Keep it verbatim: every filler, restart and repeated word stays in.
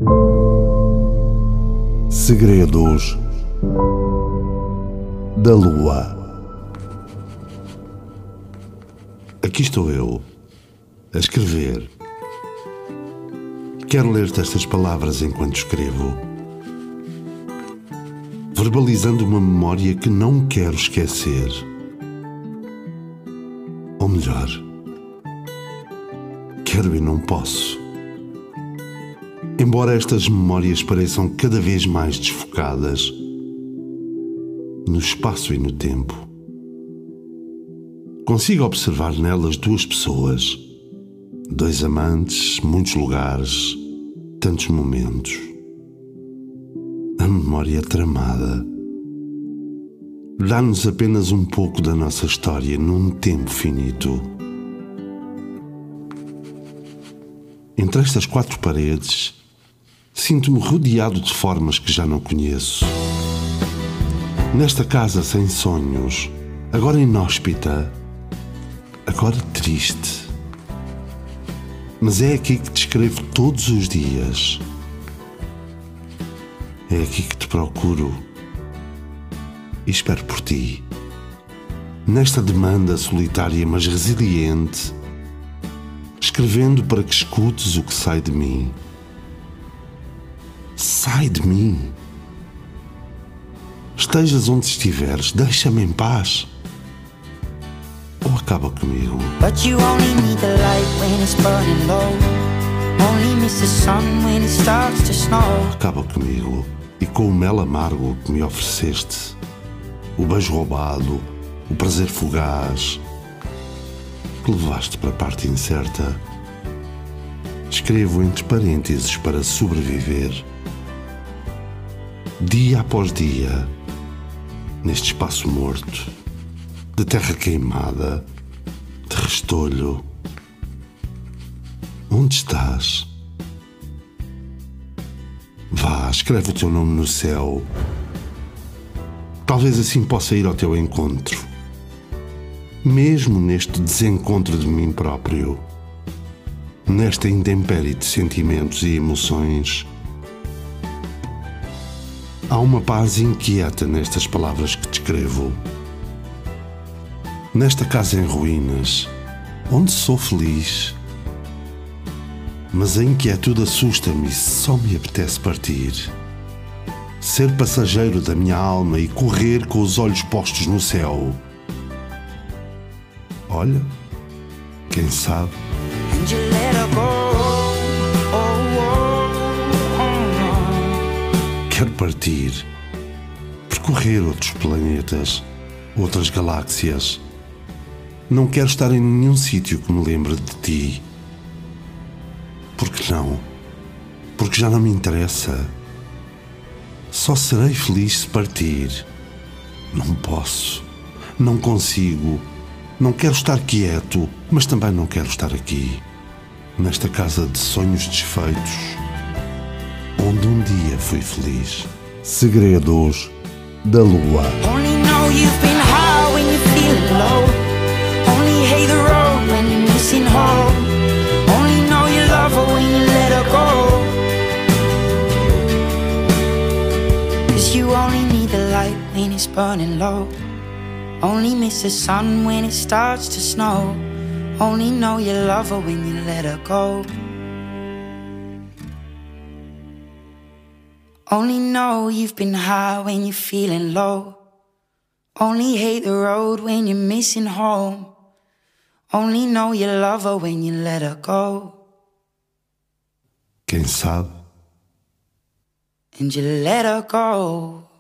Segredos da Lua. Aqui estou eu, a escrever. Quero ler-te estas palavras enquanto escrevo, verbalizando uma memória que não quero esquecer. Ou melhor, quero e não posso. Embora estas memórias pareçam cada vez mais desfocadas no espaço e no tempo, consigo observar nelas duas pessoas, dois amantes, muitos lugares, tantos momentos. A memória tramada dá-nos apenas um pouco da nossa história num tempo finito. Entre estas quatro paredes, sinto-me rodeado de formas que já não conheço. Nesta casa sem sonhos, agora inóspita, agora triste. Mas é aqui que te escrevo todos os dias. É aqui que te procuro e espero por ti. Nesta demanda solitária mas resiliente, escrevendo para que escutes o que sai de mim. Sai de mim. Estejas onde estiveres, deixa-me em paz. Ou acaba comigo. But you only need the light when it's burning low. Only miss the sun when it starts to snow. Acaba comigo e com o mel amargo que me ofereceste, o beijo roubado, o prazer fugaz que levaste para a parte incerta. Escrevo entre parênteses para sobreviver. Dia após dia, neste espaço morto, de terra queimada, de restolho. Onde estás? Vá, escreve o teu nome no céu. Talvez assim possa ir ao teu encontro, mesmo neste desencontro de mim próprio, nesta intempérie de sentimentos e emoções. Há uma paz inquieta nestas palavras que te escrevo. Nesta casa em ruínas, onde sou feliz, mas a inquietude assusta-me e só me apetece partir. Ser passageiro da minha alma e correr com os olhos postos no céu. Olha, quem sabe? And you let her go. Quero partir, percorrer outros planetas, outras galáxias. Não quero estar em nenhum sítio que me lembre de ti. Por que não? Porque já não me interessa. Só serei feliz se partir. Não posso, não consigo, não quero estar quieto, mas também não quero estar aqui, nesta casa de sonhos desfeitos, onde um dia fui feliz. Segredos da Lua. Only know you've been high when you're feeling low. Only hate the road when you're missing home. Only know you love her when you let her go. Cause you only need the light when it's burning low. Only miss the sun when it starts to snow. Only know you love her when you let her go. Only know you've been high when you're feeling low. Only hate the road when you're missing home. Only know you love her when you let her go. Quem sabe? And you let her go.